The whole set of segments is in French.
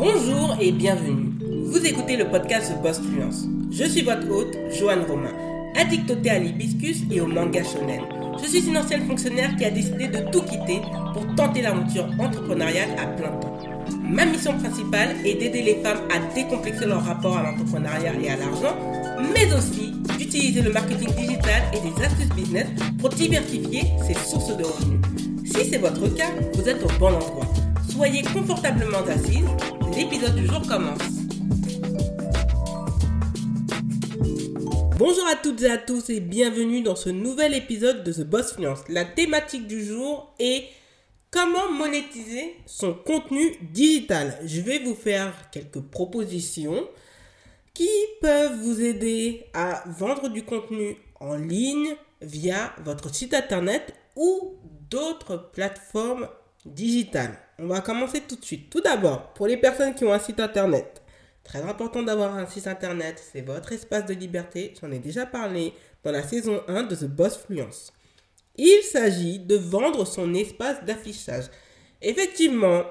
Bonjour et bienvenue. Vous écoutez le podcast The Boss Fluence. Je suis votre hôte, Joanne Romain, addict à l'hibiscus et au manga shonen. Je suis une ancienne fonctionnaire qui a décidé de tout quitter pour tenter l'aventure entrepreneuriale à plein temps. Ma mission principale est d'aider les femmes à décomplexer leur rapport à l'entrepreneuriat et à l'argent, mais aussi d'utiliser le marketing digital et des astuces business pour diversifier ses sources de revenus. Si c'est votre cas, vous êtes au bon endroit. Soyez confortablement assises, l'épisode du jour commence. Bonjour à toutes et à tous et bienvenue dans ce nouvel épisode de The Boss Fluence. La thématique du jour est comment monétiser son contenu digital. Je vais vous faire quelques propositions qui peuvent vous aider à vendre du contenu en ligne via votre site internet ou d'autres plateformes digitales. On va commencer tout de suite. Tout d'abord, pour les personnes qui ont un site internet, très important d'avoir un site internet, c'est votre espace de liberté. J'en ai déjà parlé dans la saison 1 de The Boss Fluence. Il s'agit de vendre son espace d'affichage. Effectivement,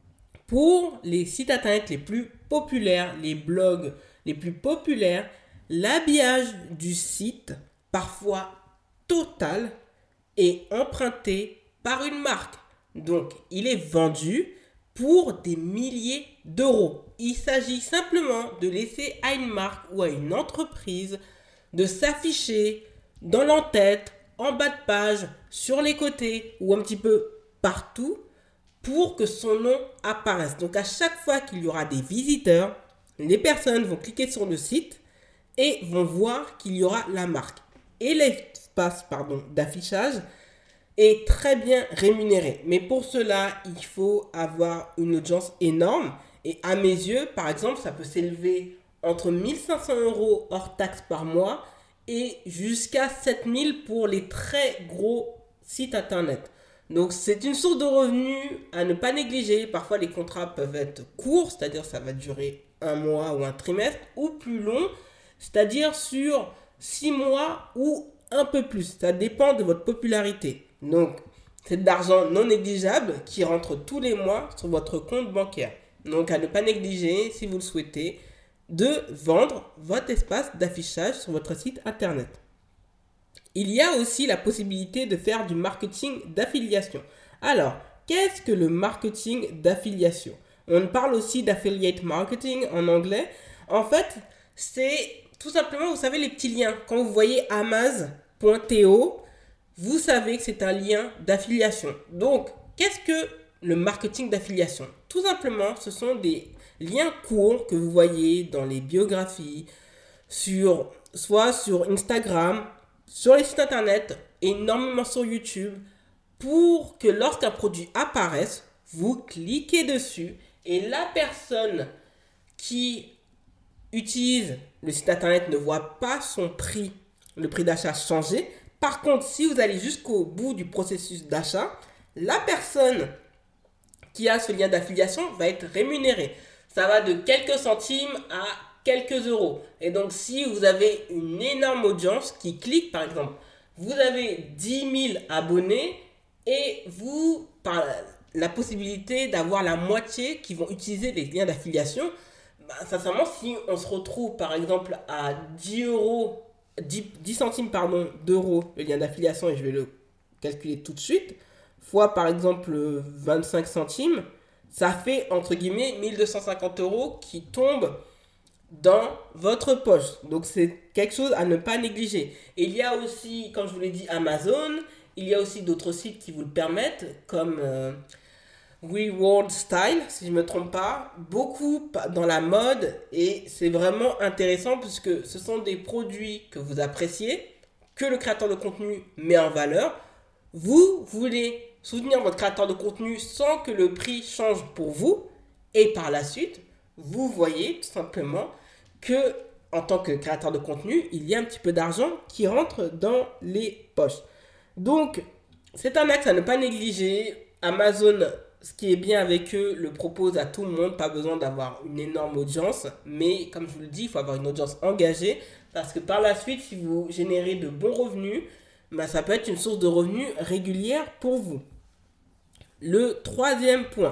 pour les sites internet les plus populaires, les blogs les plus populaires, l'habillage du site, parfois total, est emprunté par une marque. Donc, il est vendu pour des milliers d'euros. Il s'agit simplement de laisser à une marque ou à une entreprise de s'afficher dans l'entête, en bas de page, sur les côtés ou un petit peu partout pour que son nom apparaisse. Donc, à chaque fois qu'il y aura des visiteurs, les personnes vont cliquer sur le site et vont voir qu'il y aura la marque. Et l'espace d'affichage est très bien rémunéré. Mais pour cela, il faut avoir une audience énorme. Et à mes yeux, par exemple, ça peut s'élever entre 1 500 € hors taxe par mois et jusqu'à 7 000 pour les très gros sites internet. Donc, c'est une source de revenus à ne pas négliger. Parfois, les contrats peuvent être courts, c'est-à-dire ça va durer un mois ou un trimestre, ou plus long, c'est-à-dire sur 6 mois ou un peu plus. Ça dépend de votre popularité. Donc, c'est de l'argent non négligeable qui rentre tous les mois sur votre compte bancaire. Donc, à ne pas négliger, si vous le souhaitez, de vendre votre espace d'affichage sur votre site internet. Il y a aussi la possibilité de faire du marketing d'affiliation. Alors, qu'est-ce que le marketing d'affiliation ? On parle aussi d'affiliate marketing en anglais. En fait, c'est tout simplement, vous savez, les petits liens. Quand vous voyez amaz.to, vous savez que c'est un lien d'affiliation. Donc, qu'est-ce que le marketing d'affiliation ? Tout simplement, ce sont des liens courts que vous voyez dans les biographies, soit sur Instagram, sur les sites internet, énormément sur YouTube, pour que lorsqu'un produit apparaisse, vous cliquez dessus et la personne qui utilise le site internet ne voit pas son prix, le prix d'achat changer. Par contre, si vous allez jusqu'au bout du processus d'achat, la personne qui a ce lien d'affiliation va être rémunérée. Ça va de quelques centimes à quelques euros. Et donc, si vous avez une énorme audience qui clique, par exemple, vous avez 10 000 abonnés et vous, par la possibilité d'avoir la moitié qui vont utiliser les liens d'affiliation, sincèrement, si on se retrouve, par exemple, à 10 centimes d'euros le lien d'affiliation, et je vais le calculer tout de suite, fois par exemple 25 centimes, ça fait entre guillemets 1 250 € qui tombent dans votre poche. Donc c'est quelque chose à ne pas négliger. Et il y a aussi, comme je vous l'ai dit, Amazon, il y a aussi d'autres sites qui vous le permettent, comme Reward Style, si je ne me trompe pas, beaucoup dans la mode, et c'est vraiment intéressant puisque ce sont des produits que vous appréciez, que le créateur de contenu met en valeur. Vous voulez soutenir votre créateur de contenu sans que le prix change pour vous, et par la suite, vous voyez tout simplement que en tant que créateur de contenu, il y a un petit peu d'argent qui rentre dans les poches. Donc, c'est un axe à ne pas négliger. Amazon, ce qui est bien avec eux, le propose à tout le monde, pas besoin d'avoir une énorme audience, mais comme je vous le dis, il faut avoir une audience engagée, parce que par la suite, si vous générez de bons revenus, ça peut être une source de revenus régulière pour vous. Le troisième point,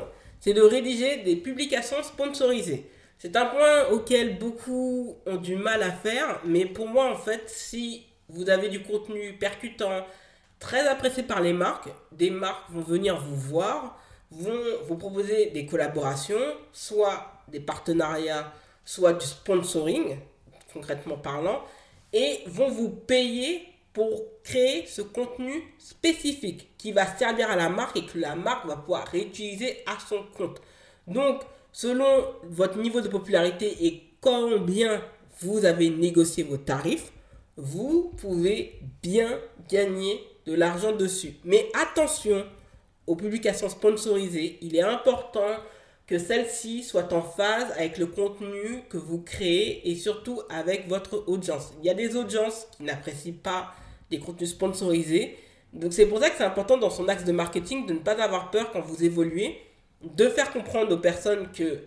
c'est de rédiger des publications sponsorisées. C'est un point auquel beaucoup ont du mal à faire, mais pour moi, en fait, si vous avez du contenu percutant, très apprécié par les marques, des marques vont venir vous voir, vont vous proposer des collaborations, soit des partenariats, soit du sponsoring, concrètement parlant, et vont vous payer pour créer ce contenu spécifique qui va servir à la marque et que la marque va pouvoir réutiliser à son compte. Donc, selon votre niveau de popularité et combien vous avez négocié vos tarifs, vous pouvez bien gagner de l'argent dessus. Mais attention aux publications sponsorisées, il est important que celles-ci soient en phase avec le contenu que vous créez et surtout avec votre audience. Il y a des audiences qui n'apprécient pas des contenus sponsorisés. Donc c'est pour ça que c'est important dans son axe de marketing de ne pas avoir peur quand vous évoluez, de faire comprendre aux personnes que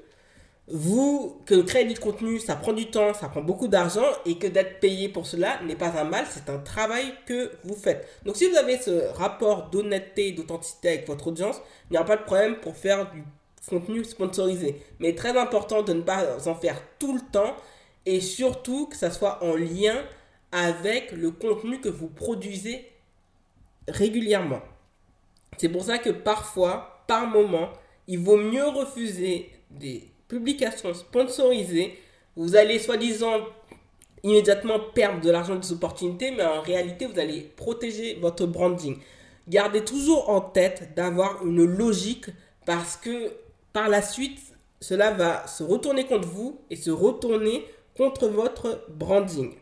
créer du contenu, ça prend du temps, ça prend beaucoup d'argent et que d'être payé pour cela n'est pas un mal, c'est un travail que vous faites. Donc si vous avez ce rapport d'honnêteté et d'authenticité avec votre audience, il n'y aura pas de problème pour faire du contenu sponsorisé. Mais très important de ne pas en faire tout le temps et surtout que ça soit en lien avec le contenu que vous produisez régulièrement. C'est pour ça que parfois, par moment, il vaut mieux refuser des publications sponsorisées. Vous allez soi-disant immédiatement perdre de l'argent des opportunités, mais en réalité, vous allez protéger votre branding. Gardez toujours en tête d'avoir une logique parce que par la suite, cela va se retourner contre vous et se retourner contre votre branding.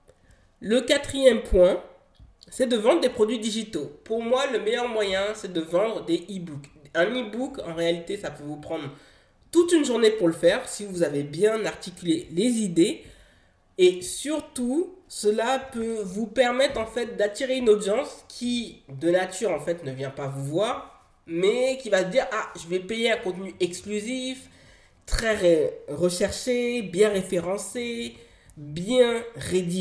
Le quatrième point, c'est de vendre des produits digitaux. Pour moi, le meilleur moyen, c'est de vendre des e-books. Un e-book, en réalité, ça peut vous prendre toute une journée pour le faire si vous avez bien articulé les idées. Et surtout, cela peut vous permettre en fait d'attirer une audience qui, de nature, en fait, ne vient pas vous voir, mais qui va se dire « Ah, je vais payer un contenu exclusif, très recherché, bien référencé, bien rédigé. »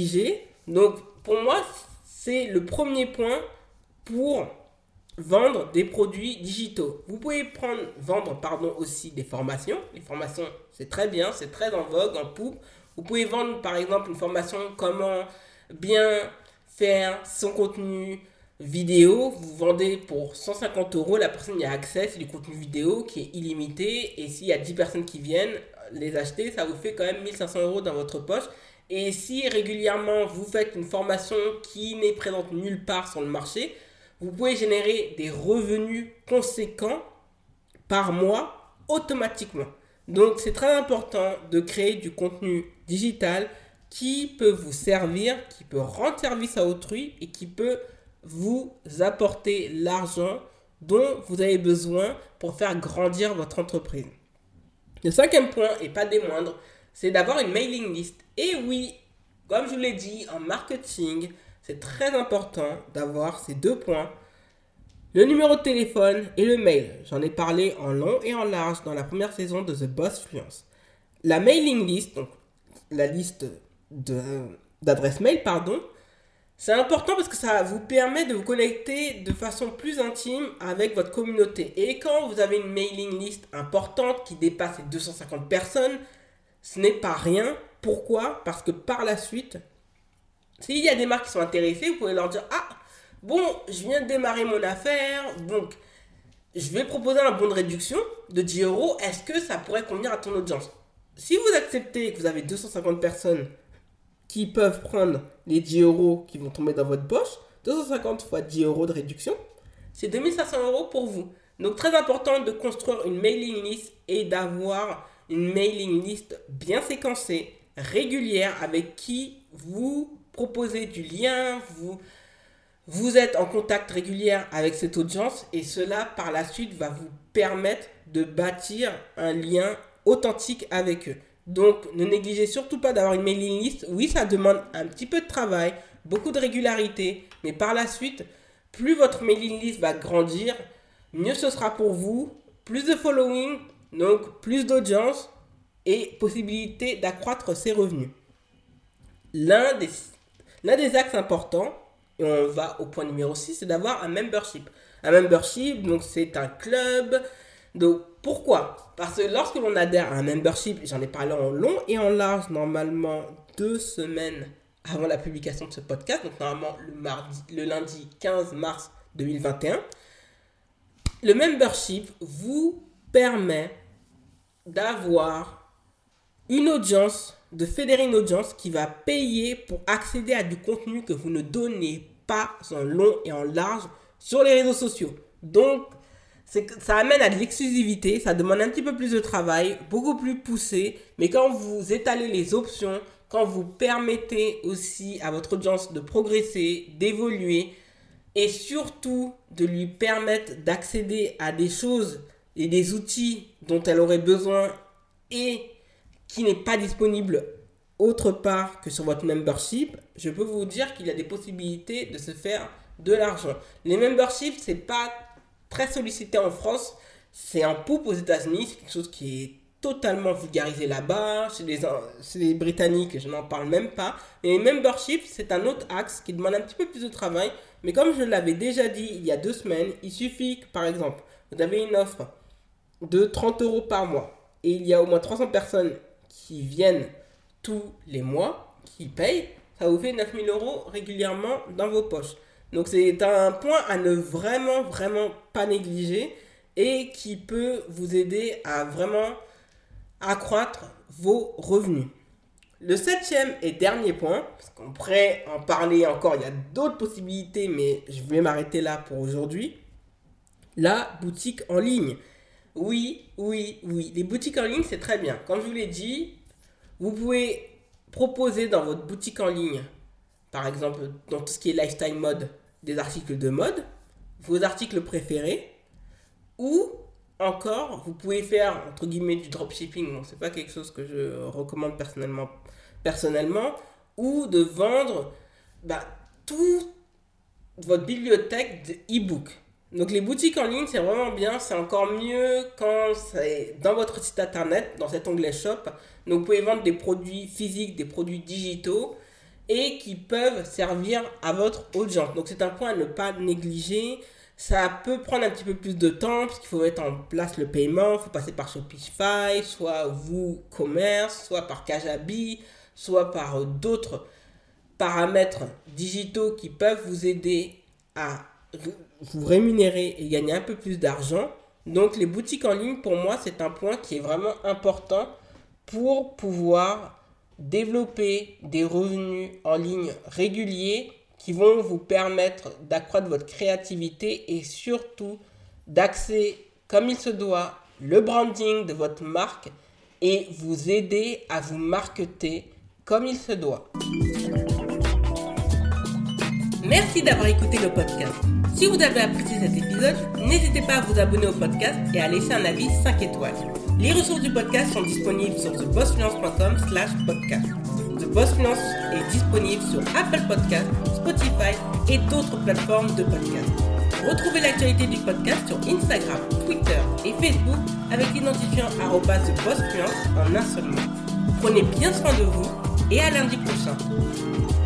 Donc, pour moi, c'est le premier point pour vendre des produits digitaux. Vous pouvez vendre aussi des formations. Les formations, c'est très bien, c'est très en vogue, en poupe. Vous pouvez vendre par exemple une formation comment bien faire son contenu vidéo. Vous vendez pour 150 €, la personne y a accès, c'est du contenu vidéo qui est illimité. Et s'il y a 10 personnes qui viennent les acheter, ça vous fait quand même 1500 € dans votre poche. Et si régulièrement vous faites une formation qui n'est présente nulle part sur le marché, vous pouvez générer des revenus conséquents par mois automatiquement. Donc c'est très important de créer du contenu digital qui peut vous servir, qui peut rendre service à autrui et qui peut vous apporter l'argent dont vous avez besoin pour faire grandir votre entreprise. Le cinquième point, et pas des moindres, c'est d'avoir une mailing list. Et oui, comme je vous l'ai dit, en marketing, c'est très important d'avoir ces deux points. Le numéro de téléphone et le mail. J'en ai parlé en long et en large dans la première saison de The Boss Fluence. La mailing list, donc la liste d'adresses mail, c'est important parce que ça vous permet de vous connecter de façon plus intime avec votre communauté. Et quand vous avez une mailing list importante qui dépasse les 250 personnes, ce n'est pas rien. Pourquoi ? Parce que par la suite, s'il y a des marques qui sont intéressées, vous pouvez leur dire « Ah, bon, je viens de démarrer mon affaire, donc je vais proposer un bon de réduction de 10 €. Est-ce que ça pourrait convenir à ton audience ?» Si vous acceptez que vous avez 250 personnes qui peuvent prendre les 10 € qui vont tomber dans votre poche, 250 fois 10 € de réduction, c'est 2500 € pour vous. Donc très important de construire une mailing list et d'avoir une mailing list bien séquencée, régulière, avec qui vous proposez du lien, vous êtes en contact régulier avec cette audience et cela par la suite va vous permettre de bâtir un lien authentique avec eux. Donc ne négligez surtout pas d'avoir une mailing list. Oui, ça demande un petit peu de travail, beaucoup de régularité, mais par la suite, plus votre mailing list va grandir, mieux ce sera pour vous, plus de following, donc plus d'audience et possibilité d'accroître ses revenus. L'un des axes importants, et on va au point numéro 6, c'est d'avoir un membership. Un membership, donc c'est un club. Donc pourquoi ? Parce que lorsque l'on adhère à un membership, j'en ai parlé en long et en large, normalement 2 semaines avant la publication de ce podcast, donc normalement le lundi 15 mars 2021, le membership vous permet d'avoir une audience, de fédérer une audience qui va payer pour accéder à du contenu que vous ne donnez pas en long et en large sur les réseaux sociaux. Donc, ça amène à de l'exclusivité, ça demande un petit peu plus de travail, beaucoup plus poussé, mais quand vous étalez les options, quand vous permettez aussi à votre audience de progresser, d'évoluer, et surtout de lui permettre d'accéder à des choses et des outils dont elle aurait besoin et qui n'est pas disponible autre part que sur votre membership, je peux vous dire qu'il y a des possibilités de se faire de l'argent. Les memberships, c'est pas très sollicité en France, c'est en poupe aux États-Unis, c'est quelque chose qui est totalement vulgarisé là-bas, chez les Britanniques, je n'en parle même pas. Et les memberships, c'est un autre axe qui demande un petit peu plus de travail, mais comme je l'avais déjà dit il y a 2 semaines, il suffit que, par exemple, vous avez une offre de 30 € par mois, et il y a au moins 300 personnes qui viennent tous les mois, qui payent, ça vous fait 9 000 € régulièrement dans vos poches. Donc c'est un point à ne vraiment pas négliger et qui peut vous aider à vraiment accroître vos revenus. Le 7e et dernier point, parce qu'on pourrait en parler encore, il y a d'autres possibilités, mais je vais m'arrêter là pour aujourd'hui. La boutique en ligne. Oui, les boutiques en ligne, c'est très bien. Comme je vous l'ai dit, vous pouvez proposer dans votre boutique en ligne, par exemple, dans tout ce qui est lifestyle mode, des articles de mode, vos articles préférés, ou encore, vous pouvez faire, entre guillemets, du dropshipping. Bon, c'est pas quelque chose que je recommande personnellement, ou de vendre toute votre bibliothèque d'e-book. Donc les boutiques en ligne, c'est vraiment bien, c'est encore mieux quand c'est dans votre site internet, dans cet onglet shop. Donc vous pouvez vendre des produits physiques, des produits digitaux et qui peuvent servir à votre audience. Donc c'est un point à ne pas négliger. Ça peut prendre un petit peu plus de temps parce qu'il faut mettre en place le paiement, il faut passer par Shopify, soit WooCommerce, soit par Kajabi, soit par d'autres paramètres digitaux qui peuvent vous aider à vous rémunérer et gagner un peu plus d'argent. Donc les boutiques en ligne, pour moi, c'est un point qui est vraiment important pour pouvoir développer des revenus en ligne réguliers qui vont vous permettre d'accroître votre créativité et surtout d'axer comme il se doit le branding de votre marque et vous aider à vous marketer comme il se doit. Merci d'avoir écouté le podcast. Si vous avez apprécié cet épisode, n'hésitez pas à vous abonner au podcast et à laisser un avis 5 étoiles. Les ressources du podcast sont disponibles sur thebossfluence.com/podcast. The Boss Fluence est disponible sur Apple Podcasts, Spotify et d'autres plateformes de podcast. Retrouvez l'actualité du podcast sur Instagram, Twitter et Facebook avec l'identifiant @thebossfluence en un seul mot. Prenez bien soin de vous et à lundi prochain.